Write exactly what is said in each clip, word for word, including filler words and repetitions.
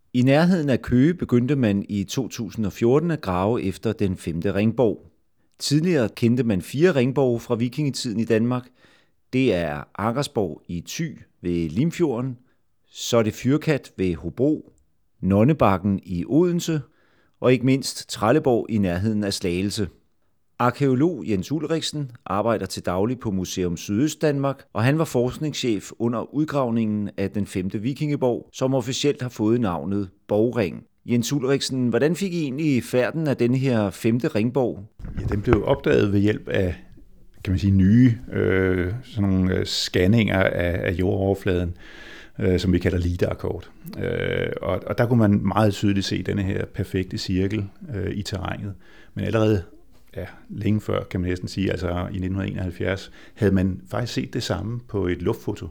I nærheden af Køge begyndte man i to tusind og fjorten at grave efter den femte ringborg. Tidligere kendte man fire ringborge fra vikingetiden i Danmark. Det er Aggersborg i Thy ved Limfjorden, så er det Fyrkat ved Hobro, Nonnebakken i Odense og ikke mindst Trelleborg i nærheden af Slagelse. Arkæolog Jens Ulriksen arbejder til daglig på Museum Sydøstdanmark, og han var forskningschef under udgravningen af den femte vikingeborg, som officielt har fået navnet Borgring. Jens Ulriksen, hvordan fik I egentlig færden af den her femte ringborg? Ja, den blev opdaget ved hjælp af, kan man sige, nye øh, sådan nogle øh, scanninger af, af jordoverfladen, øh, som vi kalder lidar-kort. Øh, og, og der kunne man meget tydeligt se denne her perfekte cirkel øh, i terrænet. Men allerede ja, længe før, kan man næsten sige, altså i nitten enoghalvfjerds, havde man faktisk set det samme på et luftfoto,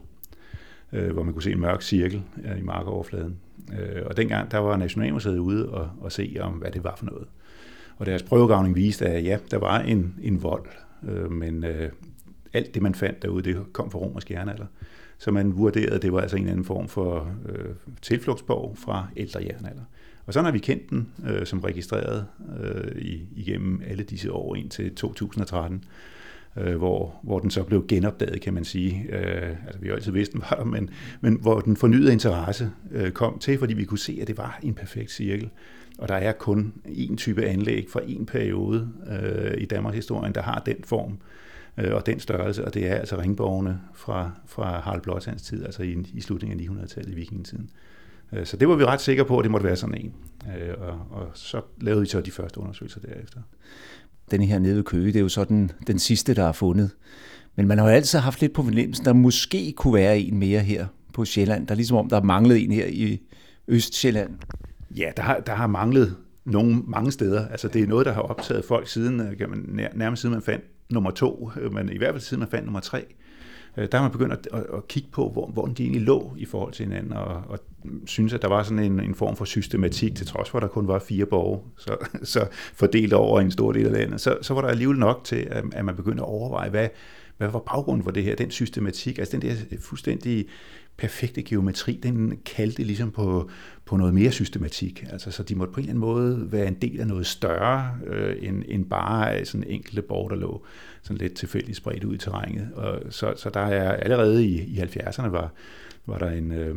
øh, hvor man kunne se en mørk cirkel øh, i markoverfladen. Øh, og dengang, der var Nationalmuseet ude og, og se om, hvad det var for noget. Og deres prøvegravning viste, at ja, der var en, en vold, øh, men øh, alt det, man fandt derude, det kom fra romersk jernalder. Så man vurderede, at det var altså en eller anden form for øh, tilflugtsborg fra ældre jernalder. Og sådan har vi kendt den øh, som registreret øh, igennem alle disse år indtil to tusind og tretten, øh, hvor, hvor den så blev genopdaget, kan man sige. Øh, altså vi har altid vidst, den var der, men, men hvor den fornyede interesse øh, kom til, fordi vi kunne se, at det var en perfekt cirkel. Og der er kun én type anlæg fra én periode øh, i Danmarks historie, der har den form øh, og den størrelse, og det er altså ringborgene fra, fra Harald Blåtands tid, altså i, i slutningen af ni hundrede-tallet i vikingetiden. Så det var vi ret sikre på, at det måtte være sådan en. Og, og så lavede vi så de første undersøgelser derefter. Den her nede ved Køge, det er jo så den, den sidste, der er fundet. Men man har jo altid haft lidt på fornemmelsen, der måske kunne være en mere her på Sjælland. Der er ligesom om, der er manglet en her i Østsjælland. Ja, der har, der har manglet nogle mange steder. Altså det er noget, der har optaget folk siden, kan man, nærmest siden man fandt nummer to, men i hvert fald siden man fandt nummer tre. Der har man begyndt at, at, at kigge på, hvor, hvor de egentlig lå i forhold til hinanden, og, og synes, at der var sådan en, en form for systematik, til trods for, at der kun var fire borge, så, så fordelt over en stor del af landet. Så, så var der alligevel nok til, at, at man begyndte at overveje, hvad, hvad var baggrunden for det her, den systematik, altså den der fuldstændig perfekte geometri, den kaldte ligesom på, på noget mere systematik. Altså, så de måtte på en eller anden måde være en del af noget større, øh, end, end bare sådan enkelte borg, der lå sådan lidt tilfældigt spredt ud i terrænet. Og så, så der er allerede i, i halvfjerdserne var, var der en, øh,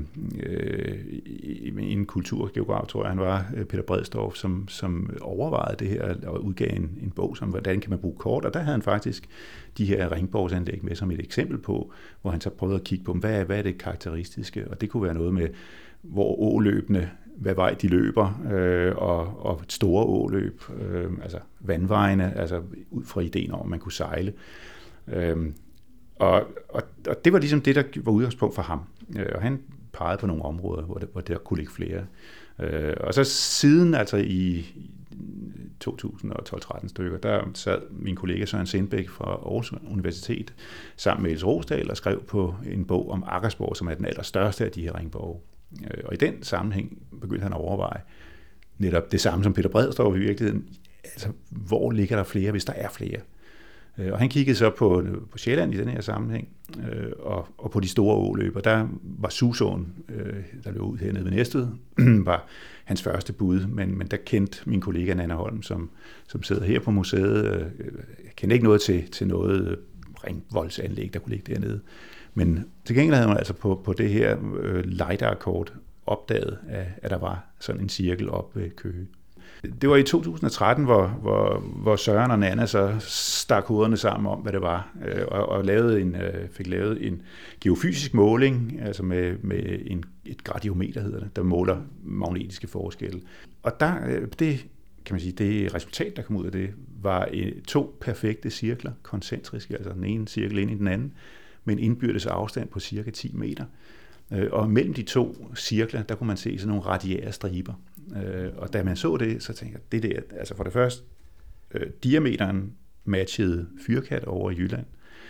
en kulturgeograf, tror jeg han var, Peter Bredsdorff, som, som overvejede det her og udgav en, en bog, som hvordan kan man bruge kort, og der havde han faktisk de her ringborgsanlæg med som et eksempel på, hvor han så prøvede at kigge på, hvad, hvad er det karakteristiske, og det kunne være noget med, hvor åløbene, hvad vej de løber, øh, og, og store åløb, øh, altså vandvejene, altså ud fra ideen om, at man kunne sejle. Øh, og, og, og det var ligesom det, der var udgangspunkt for ham. Øh, og han pegede på nogle områder, hvor, det, hvor der kunne ligge flere. Øh, og så siden, altså i to tusind og tolv tretten stykker, der sad min kollega Søren Sindbæk fra Aarhus Universitet sammen med Else Rosdal og skrev på en bog om Aggersborg, som er den allerstørste af de her ringborge. Og i den sammenhæng begyndte han at overveje netop det samme som Peter Bredsdorff i virkeligheden. Altså, hvor ligger der flere, hvis der er flere? Og han kiggede så på, på Sjælland i den her sammenhæng, og, og på de store åløb, og der var Susåen, der løb ud hernede ved Næstved, var hans første bud, men, men der kendte min kollega Nanna Holm, som, som sidder her på museet, jeg kendte ikke noget til, til noget ringvoldsanlæg, der kunne ligge dernede. Men til gengæld havde man altså på, på det her øh, lidar-kort opdaget, at, at der var sådan en cirkel op ved Køge. Det var i to tusind og tretten, hvor, hvor, hvor Søren og Nanna så stak hovederne sammen om, hvad det var, øh, og, og lavede en, øh, fik lavet en geofysisk måling, altså med, med en, et gradiometer, hedder det, der måler magnetiske forskelle. Og der, det, kan man sige, det resultat, der kom ud af det, var to perfekte cirkler, koncentriske, altså den ene cirkel ind i den anden, med en indbyrdes afstand på cirka ti meter. Og mellem de to cirkler, der kunne man se sådan nogle radiære striber. Og da man så det, så tænkte jeg, det der, altså for det første, diameteren matchede Fyrkat over i Jylland.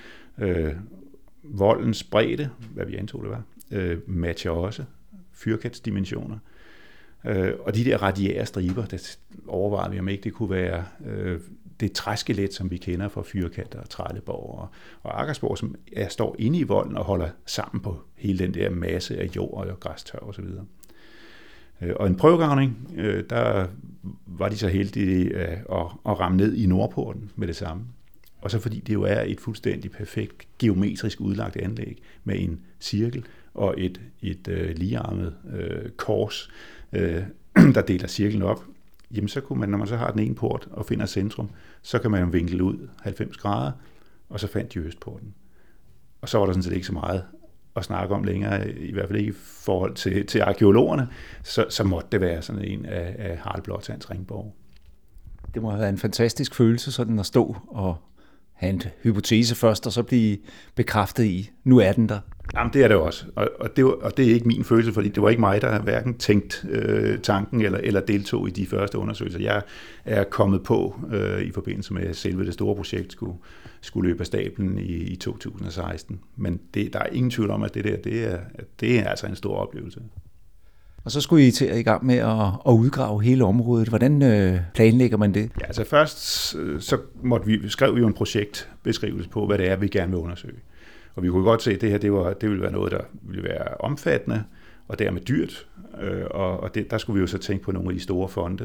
Voldens bredde, hvad vi antog det var, matcher også Fyrkats dimensioner. Og de der radiære striber, der overvejede vi, om ikke det kunne være det træskelet, som vi kender fra Fyrkat og Trelleborg og, og Aggersborg, som er, står inde i volden og holder sammen på hele den der masse af jord og græstør og så videre. Og en prøvegravning, der var de så heldige at, at ramme ned i Nordporten med det samme. Og så fordi det jo er et fuldstændig perfekt geometrisk udlagt anlæg med en cirkel og et, et øh, ligearmet øh, kors, øh, der deler cirklen op, jamen så kunne man, når man så har den ene port og finder centrum, så kan man jo vinkle ud halvfems grader, og så fandt de Østporten. Og så var der sådan set ikke så meget at snakke om længere, i hvert fald ikke i forhold til, til arkeologerne, så, så måtte det være sådan en af, af Harald Blåtands ringborg. Det må have været en fantastisk følelse, sådan at stå og have en hypotese først, og så blive bekræftet i, nu er den der. Jamen, det er det også. Og, og, det, var, og det er ikke min følelse, fordi det var ikke mig, der hverken tænkt øh, tanken eller, eller deltog i de første undersøgelser. Jeg er kommet på øh, i forbindelse med selve det store projekt, skulle, skulle løbe af stablen i, i to tusind og seksten. Men det, der er ingen tvivl om, at det der, det er, det er altså en stor oplevelse. Og så skulle I til at i gang med at, at udgrave hele området. Hvordan øh, planlægger man det? Ja, altså først så måtte vi, skrev vi jo en projektbeskrivelse på, hvad det er, vi gerne vil undersøge. Og vi kunne godt se, at det her det var, det ville være noget, der ville være omfattende, og dermed dyrt. Øh, og og det, der skulle vi jo så tænke på nogle af de store fonde.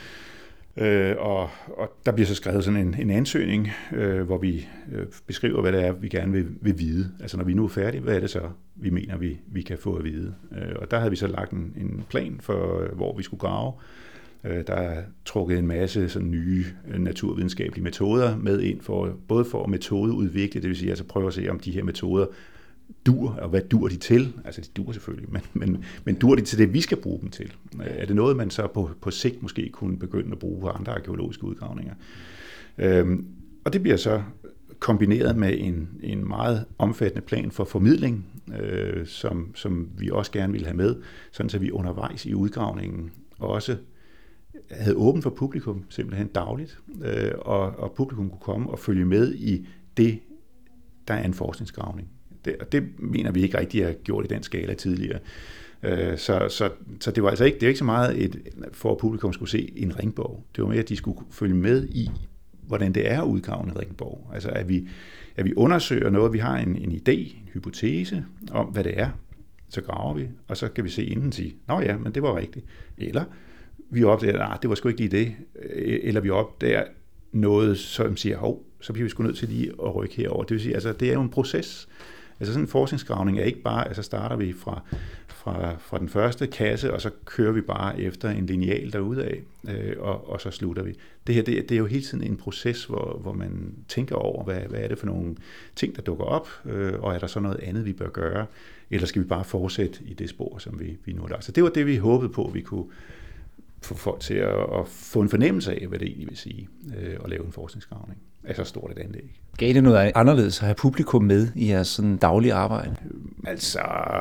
Øh, og, og der bliver så skrevet sådan en, en ansøgning, øh, hvor vi øh, beskriver, hvad det er, vi gerne vil, vil vide. Altså når vi nu er færdige, hvad er det så, vi mener, vi, vi kan få at vide. Øh, og der havde vi så lagt en, en plan for, hvor vi skulle grave. Øh, der er trukket en masse sådan nye naturvidenskabelige metoder med ind, for, både for at metodeudvikle, det vil sige altså prøve at se, om de her metoder dur, og hvad dur de til? Altså de dur selvfølgelig, men, men, men dur de til det, vi skal bruge dem til? Er det noget, man så på, på sigt måske kunne begynde at bruge på andre arkeologiske udgravninger? Øhm, og det bliver så kombineret med en, en meget omfattende plan for formidling, øh, som, som vi også gerne ville have med, sådan så vi undervejs i udgravningen også havde åbent for publikum, simpelthen dagligt, øh, og, og publikum kunne komme og følge med i det, der er en forskningsgravning. Det, og det mener vi ikke rigtig har gjort i den skala tidligere. Øh, så, så, så det var altså ikke, det var ikke så meget, et, for at publikum skulle se en ringborg. Det var mere, at de skulle følge med i, hvordan det er at udgrave en ringborg. Altså at vi, at vi undersøger noget, vi har en, en idé, en hypotese om, hvad det er, så graver vi, og så kan vi se inden sige, nå ja, men det var rigtigt. Eller vi opdager, nej, det var sgu ikke lige det. Eller vi opdager noget, som siger, hov, så bliver vi sgu nødt til lige at rykke herover. Det vil sige, altså det er jo en proces. Altså sådan en forskningsgravning er ikke bare, altså starter vi fra, fra, fra den første kasse, og så kører vi bare efter en lineal derudad, øh, og, og så slutter vi. Det her, det, det er jo hele tiden en proces, hvor, hvor man tænker over, hvad, hvad er det for nogle ting, der dukker op, øh, og er der så noget andet, vi bør gøre, eller skal vi bare fortsætte i det spor, som vi, vi nu har lagt. Så det var det, vi håbede på, at vi kunne få folk til at, at få en fornemmelse af, hvad det egentlig vil sige, øh, at lave en forskningsgravning af så stort et anlæg. Gav det noget anderledes at have publikum med i jeres sådan daglige arbejde? Altså,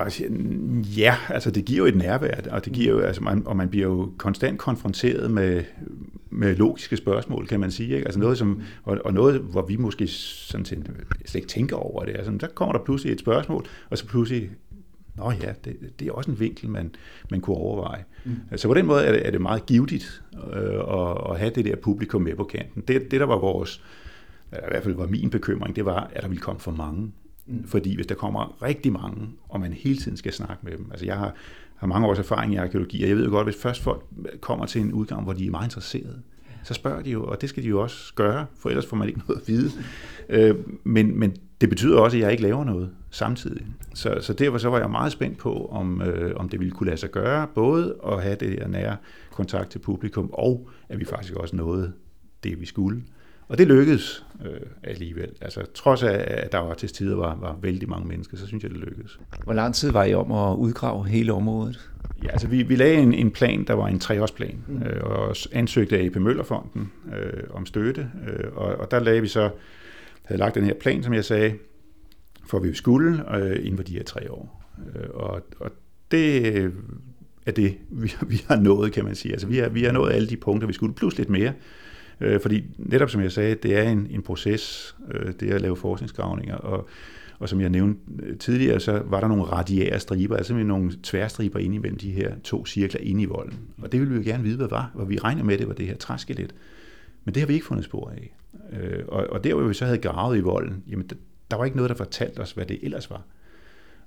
ja, altså det giver jo et nærvær, og det giver jo, altså man, og man bliver jo konstant konfronteret med, med logiske spørgsmål, kan man sige, ikke? Altså noget som, og, og noget, hvor vi måske sådan set slet ikke tænker over det. Altså, der kommer der pludselig et spørgsmål, og så pludselig, nå ja, det, det er også en vinkel, man, man kunne overveje. Mm. Så på den måde er det, er det meget givetigt øh, at, at have det der publikum med på kanten. Det, det der var vores, i hvert fald var min bekymring, det var, at der ville komme for mange. Mm. Fordi hvis der kommer rigtig mange, og man hele tiden skal snakke med dem. Altså jeg har, har mange års erfaring i arkeologi, og jeg ved jo godt, hvis først folk kommer til en udgang, hvor de er meget interesserede, så spørger de jo, og det skal de jo også gøre, for ellers får man ikke noget at vide. Øh, men, men det betyder også, at jeg ikke laver noget samtidig. Så, så derfor så var jeg meget spændt på, om, øh, om det ville kunne lade sig gøre, både at have det her nære kontakt til publikum, og at vi faktisk også nåede det, vi skulle. Og det lykkedes øh, alligevel. Altså trods af, at der var til tider var, var vældig mange mennesker, så synes jeg, det lykkedes. Hvor lang tid var I om at udgrave hele området? Ja, altså vi, vi lagde en, en plan, der var en treårsplan, mm. øh, og ansøgte af A P Møller-fonden øh, om støtte, øh, og, og der lagde vi så, havde lagt den her plan, som jeg sagde, for vi skulle øh, inden for de her tre år. Øh, og, og det er det, vi, vi har nået, kan man sige. Altså vi har, vi har nået alle de punkter, vi skulle, plus lidt mere. Øh, fordi netop som jeg sagde, det er en, en proces, øh, det er at lave forskningsgravninger, og, og som jeg nævnte tidligere, så var der nogle radiære striber, altså nogle tværstriber inde imellem de her to cirkler inde i volden. Og det ville vi jo gerne vide, hvad var, hvor vi regner med, det var det her træskelet. Men det har vi ikke fundet spor af. Øh, og, og der, hvor vi så havde gravet i volden, jamen der var ikke noget, der fortalte os, hvad det ellers var.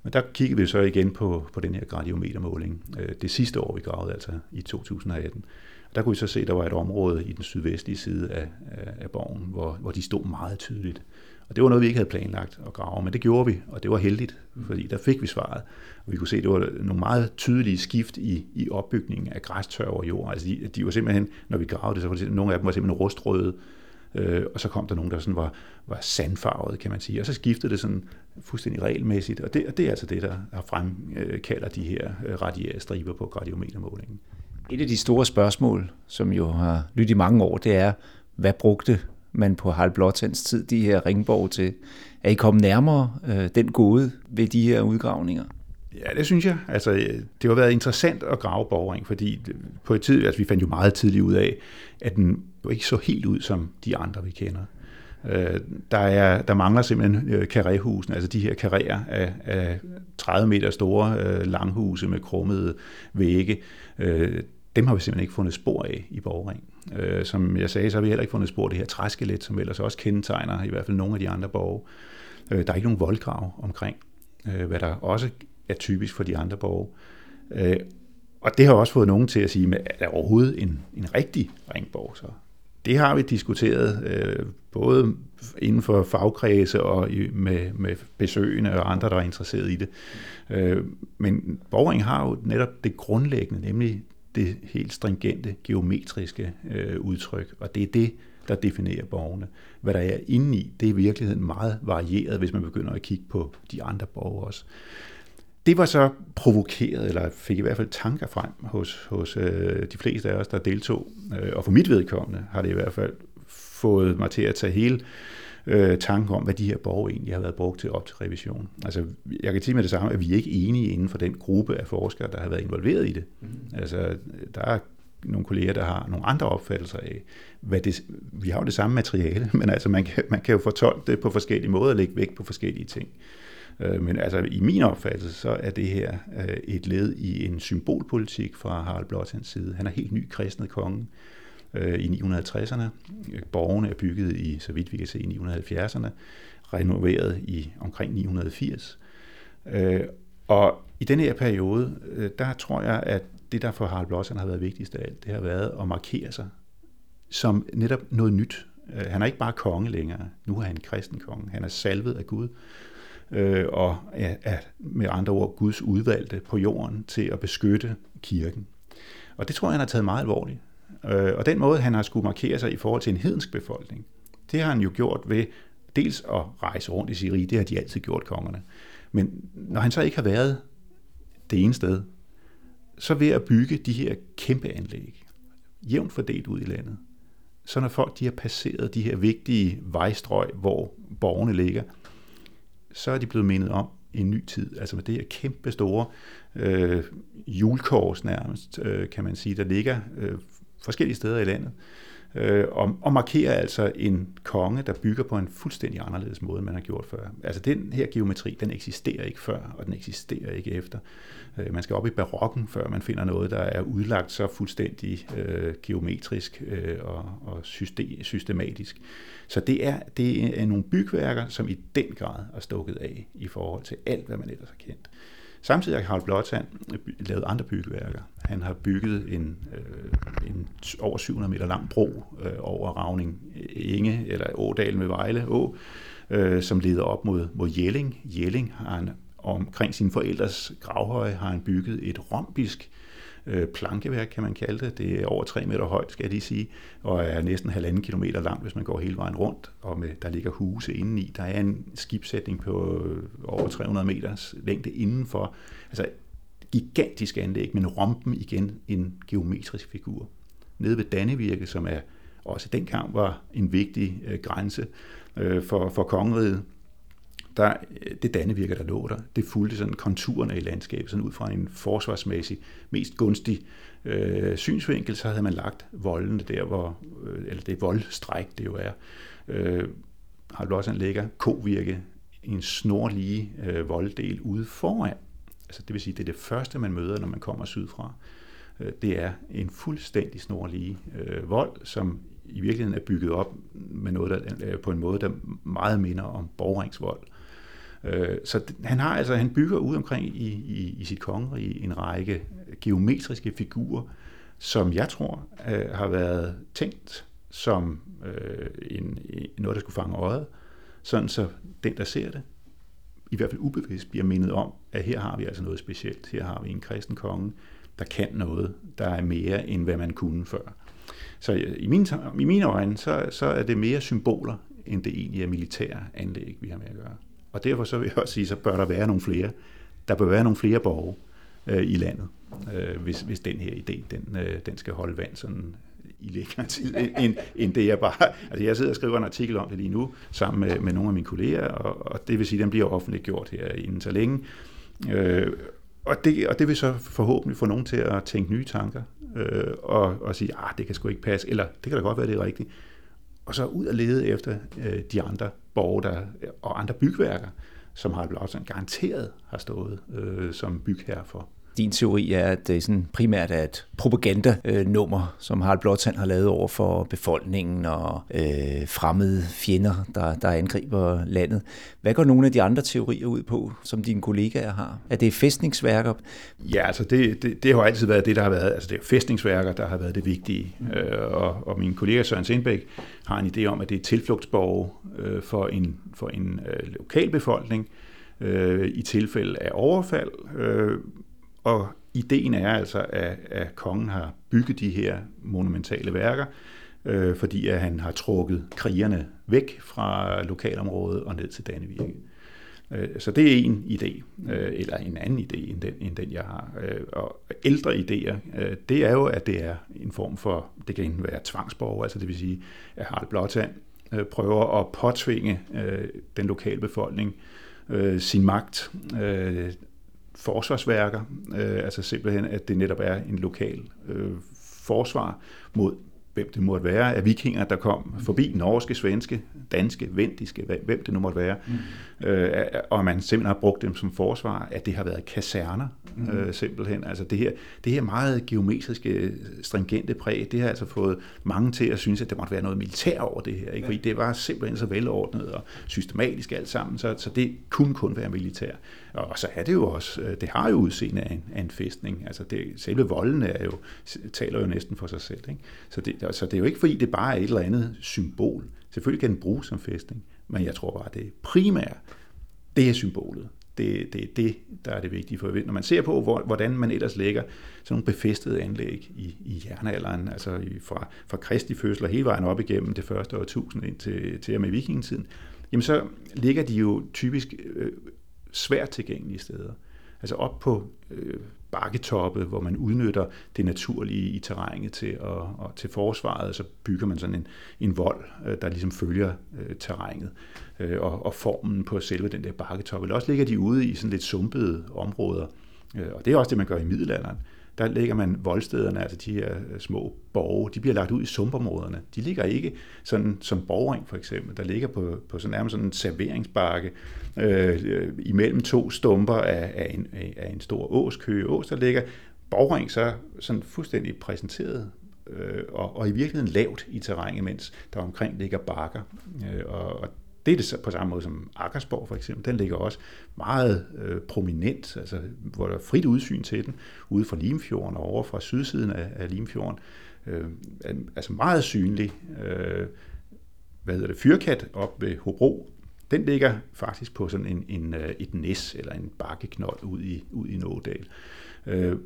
Men der kiggede vi så igen på, på den her gradiometermåling. Det sidste år, vi gravede, altså i to tusind og atten. Der kunne vi så se, at der var et område i den sydvestlige side af, af, af borgen, hvor, hvor de stod meget tydeligt. Og det var noget, vi ikke havde planlagt at grave, men det gjorde vi, og det var heldigt, fordi der fik vi svaret. Og vi kunne se, at det var nogle meget tydelige skift i, i opbygningen af græstør over jord. Altså de, de var simpelthen, når vi gravede det, så var det, nogle af dem var simpelthen rustrøde, øh, og så kom der nogle, der sådan var, var sandfarvede, kan man sige. Og så skiftede det sådan fuldstændig regelmæssigt, og det, og det er altså det, der har fremkalder de her radiære striber på gradiometermålingen. Et af de store spørgsmål, som jo har lyttet i mange år, det er, hvad brugte man på Harald Blåtands tid de her ringborg til? Er I kommet nærmere øh, den gåde ved de her udgravninger? Ja, det synes jeg. Altså, det har været interessant at grave borgring, fordi på et tid, altså vi fandt jo meget tidligt ud af, at den jo ikke så helt ud som de andre, vi kender. Øh, der, er, der mangler simpelthen øh, karréhusene, altså de her karréer af, af tredive meter store øh, langhuse med krummede vægge. Øh, dem har vi simpelthen ikke fundet spor af i borgring. Øh, som jeg sagde, så har vi heller ikke fundet spor af det her træskelet, som ellers også kendetegner i hvert fald nogle af de andre borge. Øh, der er ikke nogen voldgrav omkring, øh, hvad der også er typisk for de andre borge. Øh, og det har også fået nogen til at sige, at er der overhovedet en, en rigtig ringborg så? Det har vi diskuteret øh, både inden for fagkredse og i, med, med besøgende og andre, der er interesseret i det. Øh, men borgring har jo netop det grundlæggende, nemlig det helt stringente geometriske øh, udtryk, og det er det, der definerer borgene. Hvad der er inde i, det er i virkeligheden meget varieret, hvis man begynder at kigge på de andre borge også. Det var så provokeret, eller fik i hvert fald tanker frem hos, hos øh, de fleste af os, der deltog. Øh, og for mit vedkommende har det i hvert fald fået mig til at tage hele øh, tanken om, hvad de her borge egentlig har været brugt til op til revision. Altså, jeg kan sige med det samme, at vi er ikke enige inden for den gruppe af forskere, der har været involveret i det. Mm. Altså, der er nogle kolleger, der har nogle andre opfattelser af, hvad det, vi har jo det samme materiale, men altså, man kan, man kan jo fortolke det på forskellige måder og lægge vægt på forskellige ting. Men altså, i min opfattelse, så er det her et led i en symbolpolitik fra Harald Blåtands side. Han er helt ny kristnet konge i nitten halvtredserne. Borgene er bygget i, så vidt vi kan se, i nitten halvfjerdserne, renoveret i omkring nitten firs. Og i den her periode, der tror jeg, at det, der for Harald Blåtand har været vigtigst af alt, det har været at markere sig som netop noget nyt. Han er ikke bare konge længere. Nu er han en kristen konge. Han er salvet af Gud. Øh, og er, er med andre ord Guds udvalgte på jorden til at beskytte kirken. Og det tror jeg, han har taget meget alvorligt. Øh, og den måde, han har skulle markere sig i forhold til en hedensk befolkning, det har han jo gjort ved dels at rejse rundt i sit rige, det har de altid gjort, kongerne. Men når han så ikke har været det ene sted, så ved at bygge de her kæmpe anlæg, jævnt fordelt ud i landet, så når folk de har passeret de her vigtige vejstrøg, hvor borgerne ligger, så er de blevet mindet om en ny tid. Altså med det her kæmpe store øh, hjulkors nærmest, øh, kan man sige, der ligger øh, forskellige steder i landet, øh, og, og markerer altså en konge, der bygger på en fuldstændig anderledes måde, man har gjort før. Altså den her geometri, den eksisterer ikke før, og den eksisterer ikke efter. Øh, man skal op i barokken, før man finder noget, der er udlagt så fuldstændig øh, geometrisk øh, og, og system, systematisk. Så det er, det er nogle bygværker, som i den grad er stukket af i forhold til alt, hvad man ellers har kendt. Samtidig har Harald Blåtand lavet andre bygværker. Han har bygget en, øh, en over syv hundrede meter lang bro øh, over Ravning Enge, eller Ådalen ved Vejle Å, øh, som leder op mod, mod Jelling. Jelling har han omkring sine forældres gravhøje har han bygget et rhombisk øh, plankeværk, kan man kalde det. Det er over tre meter højt, skal jeg lige sige, og er næsten halvanden kilometer langt, hvis man går hele vejen rundt, og med, der ligger huse indeni. Der er en skibssætning på øh, over tre hundrede meters længde indenfor. Altså gigantisk anlæg, men romben igen en geometrisk figur. Nede ved Dannevirke, som er også dengang var en vigtig øh, grænse øh, for, for kongeriget, der, det Dannevirke, der lå der, det fulgte sådan konturerne i landskabet, sådan ud fra en forsvarsmæssig, mest gunstig øh, synsvinkel, så havde man lagt voldene der, hvor, øh, eller det voldstræk, det jo er. Øh, Harald Blåtand ligger Kovirke i en snorlige øh, volddel ude foran. Altså, det vil sige, det er det første, man møder, når man kommer sydfra. Øh, det er en fuldstændig snorlige øh, vold, som i virkeligheden er bygget op med noget, der, på en måde, der meget minder om borgringsvold. Så han har altså, han bygger ud omkring i, i, i sit kongerige en række geometriske figurer, som jeg tror har været tænkt som en, noget, der skulle fange øjet, sådan så den, der ser det, i hvert fald ubevidst bliver mindet om, at her har vi altså noget specielt. Her har vi en kristen konge, der kan noget, der er mere, end hvad man kunne før. Så i mine, i mine øjne, så, så er det mere symboler, end det egentlig er militære anlæg, vi har med at gøre. Og derfor så vil jeg også sige, så bør der være nogle flere. Der bør være nogle flere borge øh, i landet, øh, hvis, hvis den her idé, den, øh, den skal holde vand sådan i længere tid, end, end det jeg bare... Altså jeg sidder og skriver en artikel om det lige nu, sammen med, med nogle af mine kolleger, og, og det vil sige, at den bliver offentligt gjort her inden så længe. Øh, og, det, og det vil så forhåbentlig få nogen til at tænke nye tanker, øh, og, og sige, ah, det kan sgu ikke passe, eller det kan da godt være, det er rigtigt. Og så ud og lede efter øh, de andre borge der, og andre bygværker, som Harald Blåtand garanteret har stået øh, som bygherre for. Din teori er, at det sådan primært er et propagandanummer, som Harald Blåtand har lavet over for befolkningen og øh, fremmede fjender, der, der angriber landet. Hvad går nogle af de andre teorier ud på, som dine kollegaer har? Er det fæstningsværker? Ja, altså det, det, det har jo altid været det, der har været. Altså det er fæstningsværker, der har været det vigtige. Mm. Øh, og, og min kollega Søren Sindbæk har en idé om, at det er tilflugtsborge øh, for en, for en øh, lokalbefolkning øh, i tilfælde af overfald. Øh, Og ideen er altså, at, at kongen har bygget de her monumentale værker, øh, fordi at han har trukket krigerne væk fra lokalområdet og ned til Dannevirke. Øh, så det er en idé, øh, eller en anden idé end den, end den jeg har. Øh, og ældre idéer, øh, det er jo, at det er en form for, det kan enten være tvangsborg, altså det vil sige, at Harald Blåtand øh, prøver at påtvinge øh, den lokale befolkning øh, sin magt, øh, forsvarsværker, øh, altså simpelthen, at det netop er en lokal øh, forsvar mod, hvem det måtte være, af vikinger, der kom forbi, norske, svenske, danske, vendiske, hvem det nu måtte være, mm. øh, og man simpelthen har brugt dem som forsvar, at det har været kaserner, mm. øh, simpelthen. Altså det her, det her meget geometriske, stringente præg, det har altså fået mange til at synes, at der måtte være noget militær over det her, ikke? Fordi det var simpelthen så velordnet og systematisk alt sammen, så, så det kunne kun være militær. Og så er det jo også, det har jo udseende af en, af en fæstning, altså det, selve volden er jo, taler jo næsten for sig selv, ikke? Så det, så det er jo ikke, fordi det bare er et eller andet symbol. Selvfølgelig kan den bruges som fæstning, men jeg tror bare, det primære, det er symbolet. Det, det er det, der er det vigtige for. Når man ser på, hvor, hvordan man ellers lægger sådan nogle befæstede anlæg i, i jernalderen, altså fra, fra Kristi fødsel hele vejen op igennem det første årtusind ind til, til og med vikingetiden, jamen så ligger de jo typisk øh, svært tilgængelige steder. Altså op på øh, bakketoppe, hvor man udnytter det naturlige i terrænet til, at, og til forsvaret, så bygger man sådan en, en vold, øh, der ligesom følger øh, terrænet øh, og, og formen på selve den der bakketoppe. Eller også ligger de ude i sådan lidt sumpede områder, øh, og det er også det, man gør i middelalderen. Der lægger man voldstederne, altså de her små borge, de bliver lagt ud i sumpområderne. De ligger ikke sådan som Borgring for eksempel, der ligger på, på sådan nærmest sådan en serveringsbakke øh, imellem to stumper af, af, en, af en stor ås, Køge Ås, der ligger Borgring så sådan fuldstændig præsenteret øh, og, og i virkeligheden lavt i terrænet, mens der omkring ligger bakker. Øh, og, og det er det på samme måde som Aggersborg for eksempel. Den ligger også meget øh, prominent, altså, hvor der er frit udsyn til den, ude fra Limfjorden og over fra sydsiden af, af Limfjorden. Øh, altså meget synlig. Øh, hvad hedder det? Fyrkat op ved Hobro. Den ligger faktisk på sådan en, en, et næs eller en bakkeknold ud i, ud i Nådal. Øh,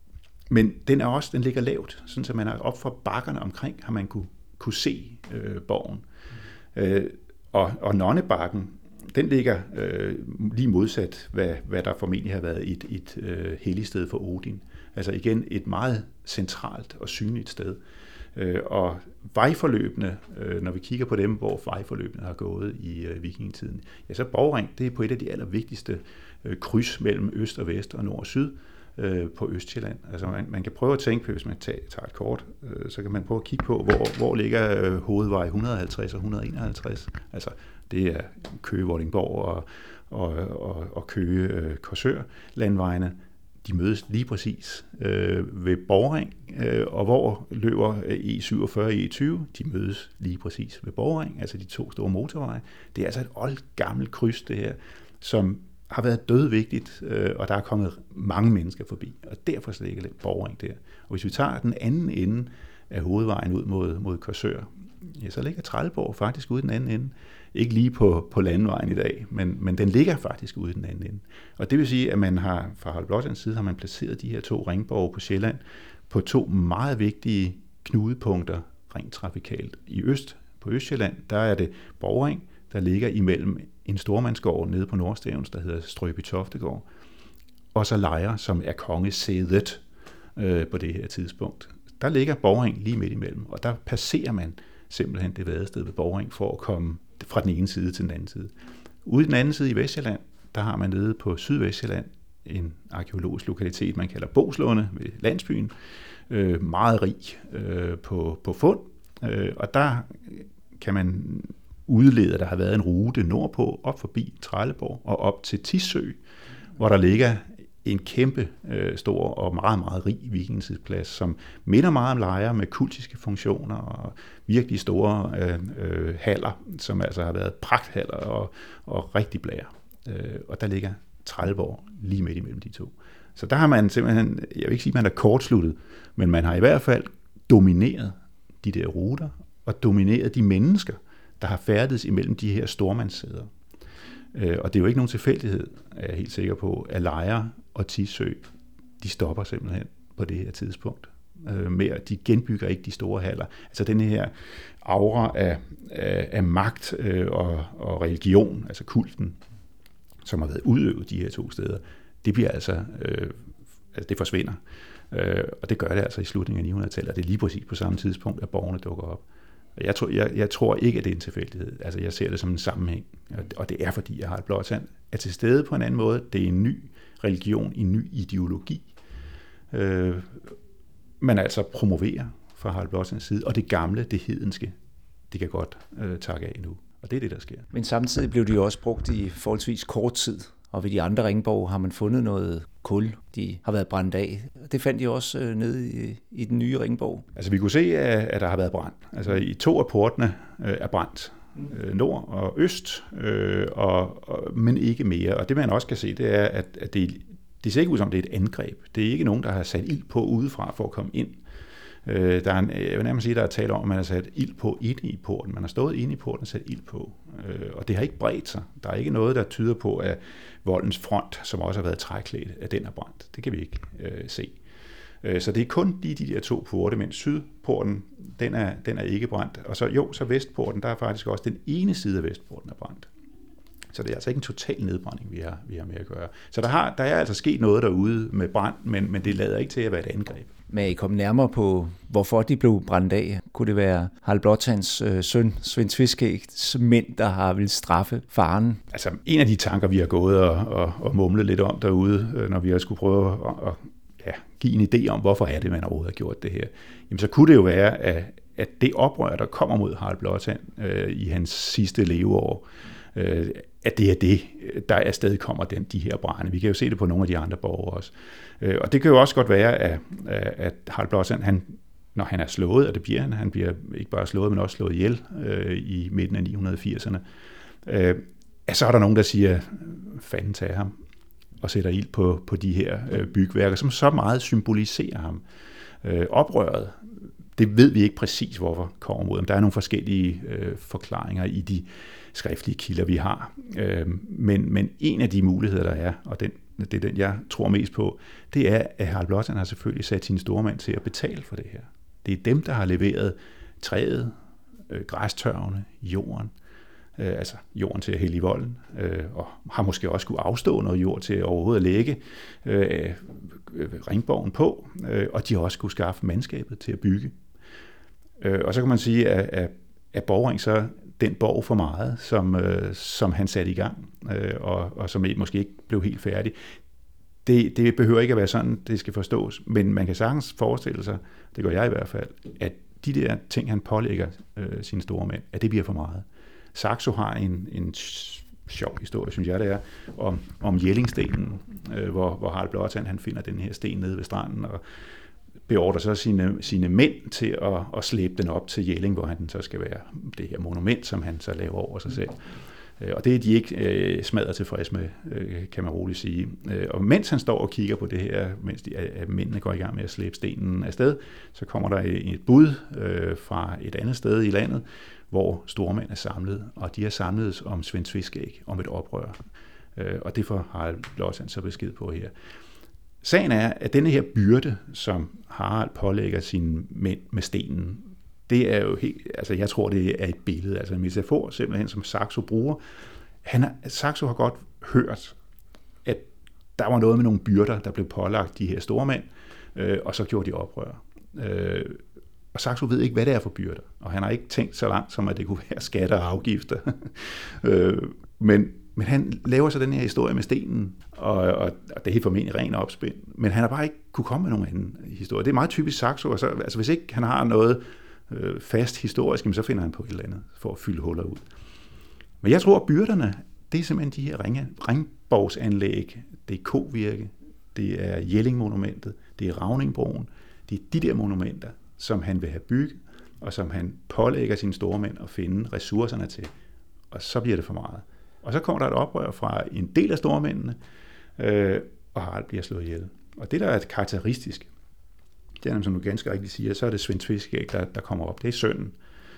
men den er også, den ligger lavt, sådan så man er op fra bakkerne omkring, har man kunne, kunne se øh, borgen. Øh, Og, og Nonnebakken, den ligger øh, lige modsat, hvad, hvad der formentlig har været et, et øh, helligsted for Odin. Altså igen et meget centralt og synligt sted. Øh, og vejforløbene, øh, når vi kigger på dem, hvor vejforløbene har gået i øh, vikingetiden, ja, så Borgring, det er på et af de allervigtigste øh, kryds mellem øst og vest og nord og syd øh, på Østsjælland. Altså man, man kan prøve at tænke på, hvis man tager, tager et kort, øh, så kan man prøve at kigge på, hvor, hvor ligger øh, hovedvej et hundrede og halvtreds og et hundrede og enoghalvtreds. Altså det er Køge, Vordingborg og, og, og, og Køge, øh, Korsør landvejene. De mødes lige præcis øh, ved Borgring, øh, og hvor løber E syvogfyrre og E tyve, de mødes lige præcis ved Borgring, altså de to store motorveje. Det er altså et oldgammelt kryds, det her. som har været dødvigtigt, øh, og der er kommet mange mennesker forbi, og derfor slet ikke Borgring der. Og hvis vi tager den anden ende af hovedvejen ud mod, mod Korsør, ja, så ligger Trelleborg faktisk ude i den anden ende. Ikke lige på, på landevejen i dag, men, men den ligger faktisk ude i den anden ende. Og det vil sige, at man har fra Harald Blåtands side har man placeret de her to ringborge på Sjælland på to meget vigtige knudepunkter rent trafikalt. I øst, på Østsjælland, der er det Borgring, der ligger imellem en stormandsgård nede på Nordstævns, der hedder Strøby Toftegård, og så Lejre, som er kongesædet øh, på det her tidspunkt. Der ligger Borgring lige midt imellem, og der passerer man simpelthen det vadested ved Borgring for at komme fra den ene side til den anden side. Ude i den anden side i Vestsjælland, der har man nede på Sydvestsjælland en arkeologisk lokalitet, man kalder Boslunde ved landsbyen, øh, meget rig øh, på, på fund, øh, og der kan man udlede, at der har været en rute nordpå, op forbi Trelleborg og op til Tissø, hvor der ligger en kæmpe øh, stor og meget, meget rig vikingetidsplads, som minder meget om Lejre med kultiske funktioner og virkelig store øh, øh, haller, som altså har været pragthaller og, og rigtig blære. Øh, og der ligger Trelleborg lige midt imellem de to. Så der har man simpelthen, jeg vil ikke sige, at man er kortsluttet, men man har i hvert fald domineret de der ruter og domineret de mennesker, der har færdedes imellem de her stormandssæder. Øh, og det er jo ikke nogen tilfældighed, er jeg helt sikker på, at Lejre og Tissø, de stopper simpelthen på det her tidspunkt. Øh, mere, de genbygger ikke de store haller. Altså den her aura af, af, af magt øh, og, og religion, altså kulten, som har været udøvet de her to steder, det bliver altså, øh, altså det forsvinder. Øh, og det gør det altså i slutningen af ni hundrede-tallet, og det er lige præcis på samme tidspunkt, at borgerne dukker op. Jeg tror, jeg, jeg tror ikke, at det er en tilfældighed. Altså, jeg ser det som en sammenhæng, og det er, fordi jeg har et Blåtand er til stede på en anden måde. Det er en ny religion, en ny ideologi, øh, man altså promoverer fra Harald Blåtands side, og det gamle, det hedenske, det kan godt øh, takke af nu. Og det er det, der sker. Men samtidig blev de jo også brugt i forholdsvis kort tid, og ved de andre ringborge har man fundet noget kul, de har været brændt af. Det fandt de også øh, nede i, i den nye ringborg. Altså vi kunne se, at, at der har været brand. Altså i to af portene øh, er brændt. Øh, nord og øst, øh, og, og, men ikke mere. Og det man også kan se, det er, at, at det, det ser ikke ud som, det er et angreb. Det er ikke nogen, der har sat ild på udefra for at komme ind. Øh, der er en, jeg vil nærmest sige, der er tale om, at man har sat ild på inde i porten. Man har stået inde i porten og sat ild på. Øh, og det har ikke bredt sig. Der er ikke noget, der tyder på, at voldens front, som også har været træklædt, at den er brændt. Det kan vi ikke øh, se. Øh, så det er kun de, de der to porte, mens sydporten, den er, den er ikke brændt. Og så jo, så vestporten, der er faktisk også den ene side af vestporten er brændt. Så det er altså ikke en total nedbrænding, vi har, vi har med at gøre. Så der, har, der er altså sket noget derude med brand, men, men det lader ikke til at være et angreb. Men I kom nærmere på, hvorfor de blev brændt af? Kunne det være Harald Blåtands øh, søn, Svend Tveskægs mænd, der har ville straffe faren? Altså en af de tanker, vi har gået og, og, og mumlet lidt om derude, når vi har skulle prøve at, at ja, give en idé om, hvorfor er det, man overhovedet har gjort det her, jamen så kunne det jo være, at, at det oprør, der kommer mod Harald Blåtand øh, i hans sidste leveår, øh, at det er det, der afsted kommer den, de her brande. Vi kan jo se det på nogle af de andre borgere også. Øh, og det kan jo også godt være, at, at Harald Blåtand, han, når han er slået, og det bliver han, han bliver ikke bare slået, men også slået ihjel øh, i midten af ni hundrede firserne, øh, så er der nogen, der siger, fanden tager ham, og sætter ild på, på de her øh, bygværker, som så meget symboliserer ham. Øh, oprøret, det ved vi ikke præcis, hvorfor kommer mod ham. Der er nogle forskellige øh, forklaringer i de skriftlige kilder, vi har. Øh, men, men en af de muligheder, der er, og den, det er den, jeg tror mest på, det er, at Harald Blåtand har selvfølgelig sat sine stormænd til at betale for det her. Det er dem, der har leveret træet, øh, græstørvene, jorden, øh, altså jorden til at hælde i volden, øh, og har måske også kunne afstå noget jord til overhovedet at lægge øh, øh, ringborgen på, øh, og de har også kunne skaffe mandskabet til at bygge. Øh, og så kan man sige, at, at, at Borgring så den borg for meget, som, øh, som han satte i gang, øh, og, og som måske ikke blev helt færdig. Det, det behøver ikke at være sådan, det skal forstås, men man kan sagtens forestille sig, det gør jeg i hvert fald, at de der ting, han pålægger øh, sine store mænd, at det bliver for meget. Saxo har en, en sjov historie, synes jeg det er, om, om Jellingstenen, øh, hvor, hvor Harald Blåtand, han finder den her sten nede ved stranden, og beordrer så sine, sine mænd til at, at slæbe den op til Jelling, hvor han så skal være det her monument, som han så laver over sig selv. Og det er de ikke øh, smadret tilfreds med, øh, kan man roligt sige. Og mens han står og kigger på det her, mens de, at mændene går i gang med at slæbe stenen afsted, så kommer der et bud øh, fra et andet sted i landet, hvor stormænd er samlet, og de er samlet om Svend Tveskæg, om et oprør. Øh, og det får Harald Blåtand så besked på her. Sagen er, at denne her byrde, som Harald pålægger sine mænd med stenen, det er jo helt, altså jeg tror, det er et billede, altså en metafor, simpelthen, som Saxo bruger. Han har, Saxo har godt hørt, at der var noget med nogle byrder, der blev pålagt de her store mænd, øh, og så gjorde de oprør. Øh, og Saxo ved ikke, hvad det er for byrder, og han har ikke tænkt så langt, som at det kunne være skatter og afgifter. øh, men, men han laver så den her historie med stenen, og, og, og det er helt formentlig ren opspind, men han har bare ikke kunne komme med nogen anden historie. Det er meget typisk Saxo, og så, altså hvis ikke han har noget fast historisk, så finder han på et eller andet for at fylde huller ud. Men jeg tror, at byrderne, det er simpelthen de her ringe, ringborgsanlæg, det er Kovirke, det er Jelling-monumentet, det er Ravningbroen, det er de der monumenter, som han vil have bygget, og som han pålægger sine store mænd at finde ressourcerne til. Og så bliver det for meget. Og så kommer der et oprør fra en del af stormændene, øh, og Harald bliver slået ihjel. Og det, der er karakteristisk, det er, som du ganske rigtigt siger, så er det Svend Tveskæg, der, der kommer op. Det er sønnen.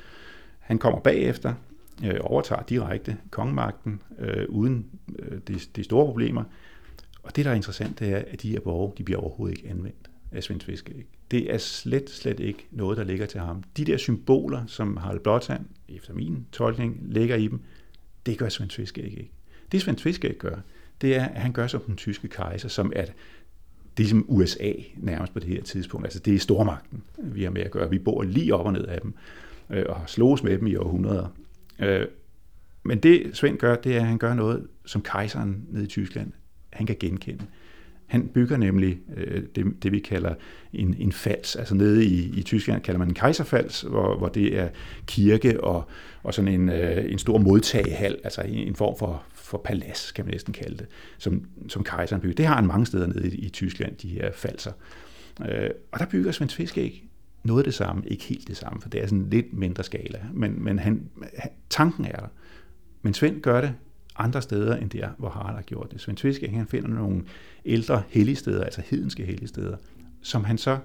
Han kommer bagefter, øh, overtager direkte kongemagten, øh, uden øh, de, de store problemer. Og det, der er interessant, det er, at de her borge, de bliver overhovedet ikke anvendt af Svend Tveskæg. Det er slet, slet ikke noget, der ligger til ham. De der symboler, som Harald Blåtand, efter min tolkning, lægger i dem, det gør Svend Tveskæg ikke. Det Svend Tveskæg gør, det er, at han gør som den tyske kejser, som at det er som U S A nærmest på det her tidspunkt. Altså det er stormagten, vi har med at gøre. Vi bor lige op og ned af dem, øh, og har slås med dem i århundreder. Øh, men det Svend gør, det er, at han gør noget, som kejseren nede i Tyskland, han kan genkende. Han bygger nemlig øh, det, det, vi kalder en, en fals. Altså nede i, i Tyskland kalder man en kejserfals, hvor, hvor det er kirke og, og sådan en, øh, en stor modtagehal, altså en, en form for, for palads, kan man næsten kalde det, som, som kejseren bygger. Det har han mange steder nede i, i Tyskland, de her falser. Øh, og der bygger Svend Tveskæg noget af det samme, ikke helt det samme, for det er sådan en lidt mindre skala, men, men han, tanken er der. Men Svend gør det andre steder end der, hvor Harald har gjort det. Svend Tveskæg, han finder nogle ældre helligsteder, altså hedenske helligsteder, som han så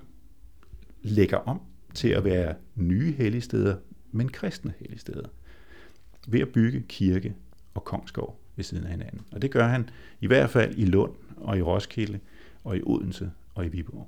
lægger om til at være nye helligsteder, men kristne helligsteder, ved at bygge kirke og kongsgård ved siden af hinanden. Og det gør han i hvert fald i Lund og i Roskilde og i Odense og i Viborg.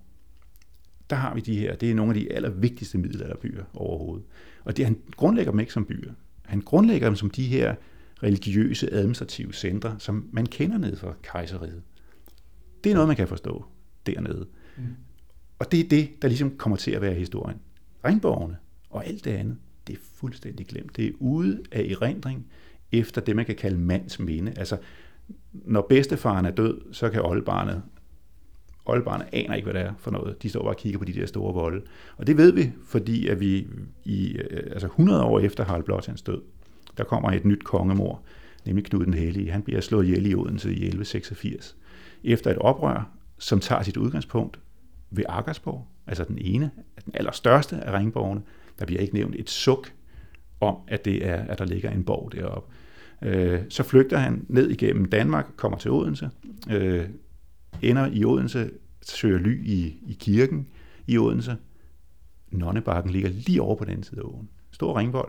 Der har vi de her, det er nogle af de allervigtigste middelalderbyer overhovedet. Og det, han grundlægger dem ikke som byer. Han grundlægger dem som de her religiøse administrative centre, som man kender ned fra kejseriet. Det er noget, man kan forstå dernede. Mm. Og det er det, der ligesom kommer til at være historien. Ringborgene og alt det andet, det er fuldstændig glemt. Det er ude af erindring efter det, man kan kalde mands minde. Altså, når bedstefaren er død, så kan oldebarnet, oldebarnet aner ikke, hvad det er for noget. De står bare og kigger på de der store volde. Og det ved vi, fordi at vi i altså hundrede år efter Harald Blåtands død, der kommer et nyt kongemor, nemlig Knud den Hellige. Han bliver slået ihjel i Odense i elleve seksogfirs. Efter et oprør, som tager sit udgangspunkt ved Aggersborg, altså den ene, den allerstørste af ringborgene. Der bliver ikke nævnt et suk om, at, det er, at der ligger en borg deroppe. Øh, så flygter han ned igennem Danmark, kommer til Odense, øh, ender i Odense, søger ly i, i kirken i Odense. Nonnebakken ligger lige over på den side af åen. Stor ringvold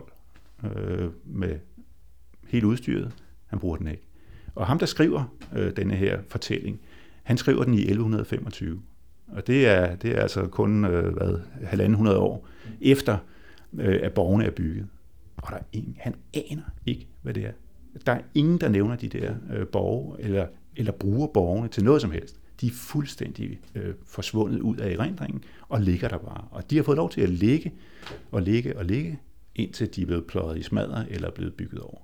øh, med helt udstyret. Han bruger den ikke. Og ham, der skriver øh, denne her fortælling, han skriver den i elleve femogtyve. Og det er, det er altså kun øh, hvad, halvanden hundrede år efter, øh, at borgene er bygget. Og der er ingen, han aner ikke, hvad det er. Der er ingen, der nævner de der øh, borge, eller, eller bruger borgene til noget som helst. De er fuldstændig øh, forsvundet ud af erindringen, og ligger der bare. Og de har fået lov til at ligge, og ligge, og ligge, indtil de er blevet pløjet i smadder, eller er blevet bygget over.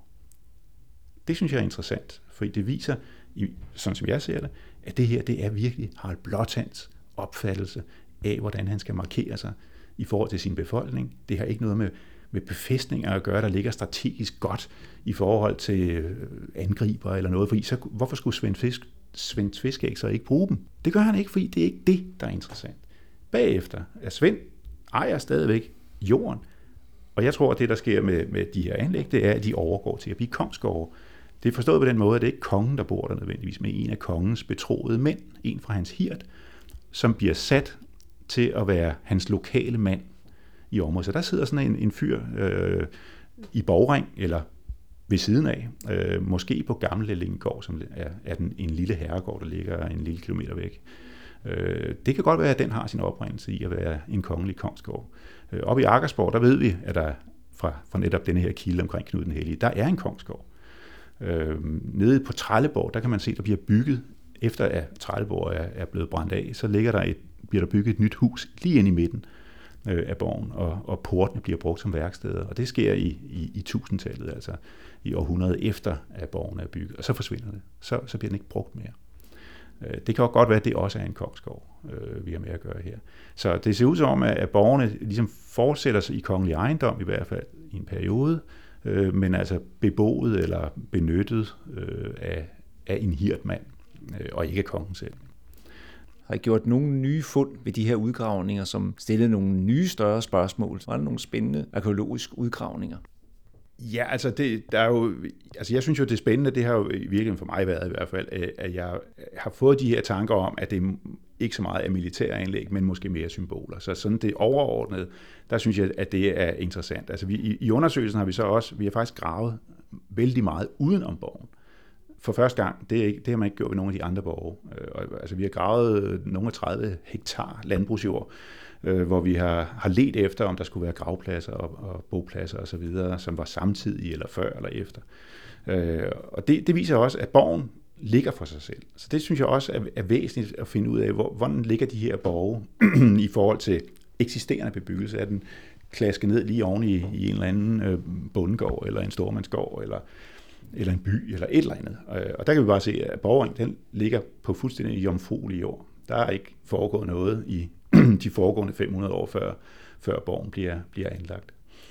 Det synes jeg er interessant, fordi det viser, sådan som jeg ser det, at det her, det er virkelig Harald Blåtands opfattelse af, hvordan han skal markere sig i forhold til sin befolkning. Det har ikke noget med, med befæstninger at gøre, der ligger strategisk godt i forhold til angriber eller noget, fordi så, hvorfor skulle Svend, Fisk, Svend Tveskæg så ikke bruge dem? Det gør han ikke, fordi det er ikke det, der er interessant. Bagefter er Svend ejer stadigvæk jorden, og jeg tror, at det, der sker med, med de her anlæg, det er, at de overgår til at blive kongsgårde. Det er forstået på den måde, at det ikke er kongen, der bor der nødvendigvis, men en af kongens betroede mænd, en fra hans hirt, som bliver sat til at være hans lokale mand i området. Så der sidder sådan en, en fyr øh, i Borgring, eller ved siden af, øh, måske på Gamle Lellingegård, som er, er den, en lille herregård, der ligger en lille kilometer væk. Øh, det kan godt være, at den har sin oprindelse i at være en kongelig kongsgård. Øh, oppe i Aggersborg, der ved vi, at der fra, fra netop denne her kilde omkring Knud den Hellige, der er en kongsgård. Øh, nede på Trelleborg, der kan man se, at der bliver bygget, efter at Trelleborg er, er blevet brændt af, så ligger der et, bliver der bygget et nyt hus lige inde i midten øh, af borgen, og, og portene bliver brugt som værksteder. Og det sker i, i, i tusindtallet, altså i århundredet efter, at borgen er bygget. Og så forsvinder det. Så, så bliver den ikke brugt mere. Øh, det kan godt være, at det også er en kongsgård, øh, vi har med at gøre her. Så det ser ud som om, at borgerne ligesom fortsætter sig i kongelig ejendom, i hvert fald i en periode, øh, men altså beboet eller benyttet øh, af, af en hirtmand, øh, og ikke kongen selv. Har I gjort nogle nye fund ved de her udgravninger, som stillede nogle nye større spørgsmål? Var der nogle spændende arkæologiske udgravninger? Ja, altså, det, der er jo, altså jeg synes jo, det er spændende, det har jo i virkeligheden for mig været i hvert fald, at jeg har fået de her tanker om, at det ikke så meget er militære anlæg, men måske mere symboler. Så sådan det overordnede, der synes jeg, at det er interessant. Altså vi, i, i undersøgelsen har vi så også, vi har faktisk gravet vældig meget uden om borgen. For første gang, det, er ikke, det har man ikke gjort ved nogle af de andre borge. Øh, altså vi har gravet nogle af tredive hektar landbrugsjord, øh, hvor vi har, har let efter, om der skulle være gravpladser og, og bopladser osv., som var samtidige eller før eller efter. Øh, og det, det viser også, at borgen ligger for sig selv. Så det synes jeg også er, er væsentligt at finde ud af, hvor, hvordan ligger de her borge i forhold til eksisterende bebyggelse. Er den klasket ned lige oven i, i en eller anden øh, bondegård, eller en stormandsgård, eller eller en by, eller et eller andet. Og der kan vi bare se, at Borgring, den ligger på fuldstændig jomfruelig jord. Der er ikke foregået noget i de foregående fem hundrede år, før, før borgen bliver, bliver anlagt.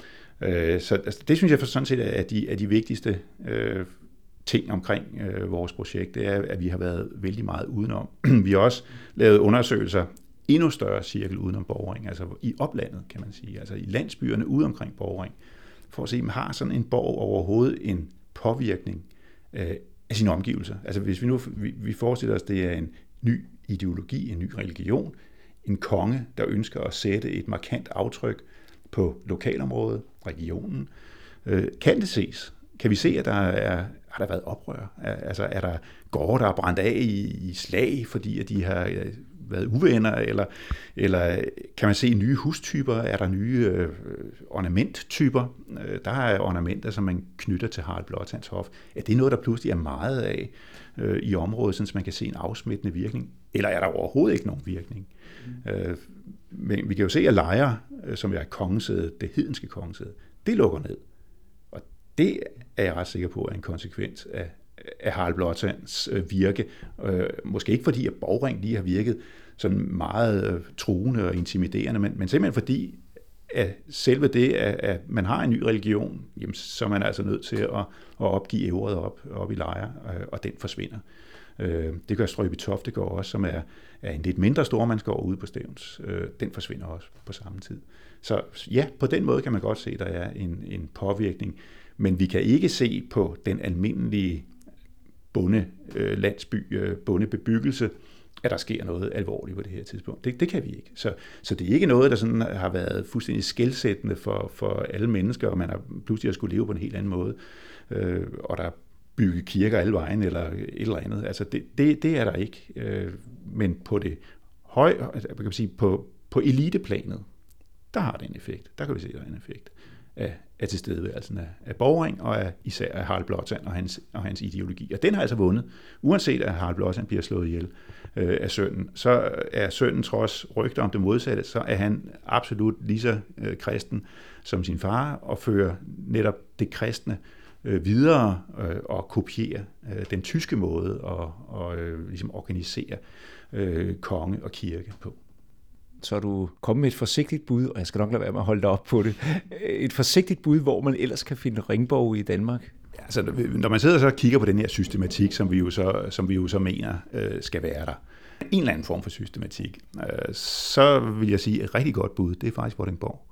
Så altså, det synes jeg for sådan set er de, er de vigtigste øh, ting omkring øh, vores projekt. Det er, at vi har været vældig meget udenom. Vi har også lavet undersøgelser, endnu større cirkel udenom Borgring, altså i oplandet, kan man sige, altså i landsbyerne ude omkring Borgring, for at se, om har sådan en borg overhovedet en påvirkning øh, af sine omgivelser. Altså hvis vi nu vi, vi forestiller os, at det er en ny ideologi, en ny religion, en konge, der ønsker at sætte et markant aftryk på lokalområdet, regionen, øh, kan det ses? Kan vi se, at der er, har der været oprør? Altså er der gårde, der er brændt af i, i slag, fordi at de har været uvenner, eller, eller kan man se nye hustyper? Er der nye øh, ornamenttyper? Øh, der er ornamenter, som man knytter til Harald Blåtands hof. Er det noget, der pludselig er meget af øh, i området, så man kan se en afsmittende virkning? Eller er der overhovedet ikke nogen virkning? Mm. Øh, men vi kan jo se, at Lejre, øh, som er kongesædet, det hedenske kongesæde, det lukker ned. Og det er jeg ret sikker på er en konsekvens af af Harald Blåtands virke. Øh, måske ikke fordi, at Borgring lige har virket sådan meget øh, truende og intimiderende, men, men simpelthen fordi, at selve det, at, at man har en ny religion, jamen, så er man altså nødt til at, at opgive ævret op, op i Lejre, øh, og den forsvinder. Øh, det gør Strøby-Toftegård også, som er, er en lidt mindre stormandsgård ude på Stevns. Øh, den forsvinder også på samme tid. Så ja, på den måde kan man godt se, at der er en, en påvirkning, men vi kan ikke se på den almindelige bonde, øh, landsby, øh, bondebebyggelse, at der sker noget alvorligt på det her tidspunkt. Det, det kan vi ikke. Så, så det er ikke noget, der sådan har været fuldstændig skelsættende for, for alle mennesker, og man har pludselig har skulle leve på en helt anden måde, øh, og der er bygget kirker alle vejen, eller et eller andet. Altså det, det, det er der ikke. Øh, men på det høje, kan man sige, på, på eliteplanet, der har det en effekt. Der kan vi se, at der er en effekt af, af tilstedeværelsen af, af Borgring, og af, især af Harald Blåtand og hans, og hans ideologi. Og den har altså vundet. Uanset at Harald Blåtand bliver slået ihjel øh, af sønnen, så er sønnen trods rygter om det modsatte, så er han absolut lige så øh, kristen som sin far, og fører netop det kristne øh, videre øh, og kopierer øh, den tyske måde at og, øh, ligesom organisere øh, konge og kirke på. Så er du kommet med et forsigtigt bud, og jeg skal nok lade være med at holde dig op på det. Et forsigtigt bud, hvor man ellers kan finde ringborge i Danmark. Ja, altså, når man sidder så og kigger på den her systematik, som vi jo så, som vi jo så mener øh, skal være der, en eller anden form for systematik, øh, så vil jeg sige, et rigtig godt bud, det er faktisk Vordingborg.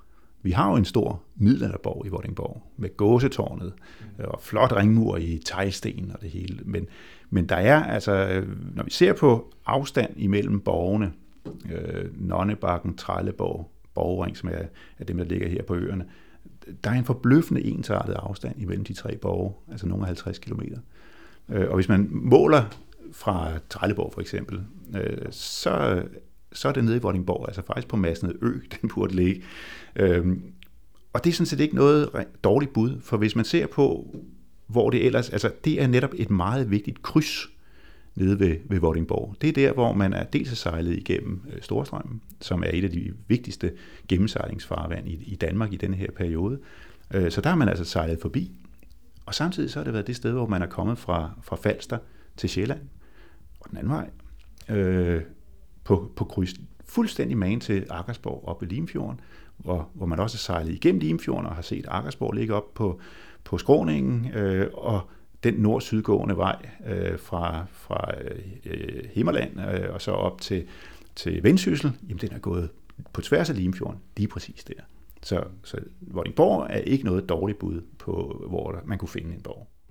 Vi har jo en stor middelalderborg i Vordingborg, med gåsetårnet og flot ringmur i teglsten og det hele. Men, men der er altså, når vi ser på afstand imellem borgene, øh, Nonnebakken, Trelleborg, Borgring, som er, er dem, der ligger her på øerne, der er en forbløffende ensartet afstand imellem de tre borge, altså nogle af halvtreds kilometer. Øh, og hvis man måler fra Trelleborg for eksempel, øh, så, så er det nede i Vordingborg, altså faktisk på Masned Ø, den burde ligge. Øh, og det er sådan set ikke noget dårligt bud, for hvis man ser på, hvor det ellers, altså det er netop et meget vigtigt kryds nede ved, ved Vordingborg. Det er der, hvor man er dels sejlet igennem Storstrømmen, som er et af de vigtigste gennemsejlingsfarvand i, i Danmark i denne her periode. Så der har man altså sejlet forbi. Og samtidig så har det været det sted, hvor man er kommet fra, fra Falster til Sjælland og den anden vej øh, på, på kryds. Fuldstændig magen til Aggersborg op ved Limfjorden, hvor, hvor man også har sejlet igennem Limfjorden og har set Aggersborg ligge op på, på skråningen, øh, og den nord-sydgående vej øh, fra, fra øh, Himmerland øh, og så op til, til Vendsyssel, jamen den er gået på tværs af Limfjorden, lige præcis der. Så, så Vordingborg er ikke noget dårligt bud på, hvor man kunne finde en borg.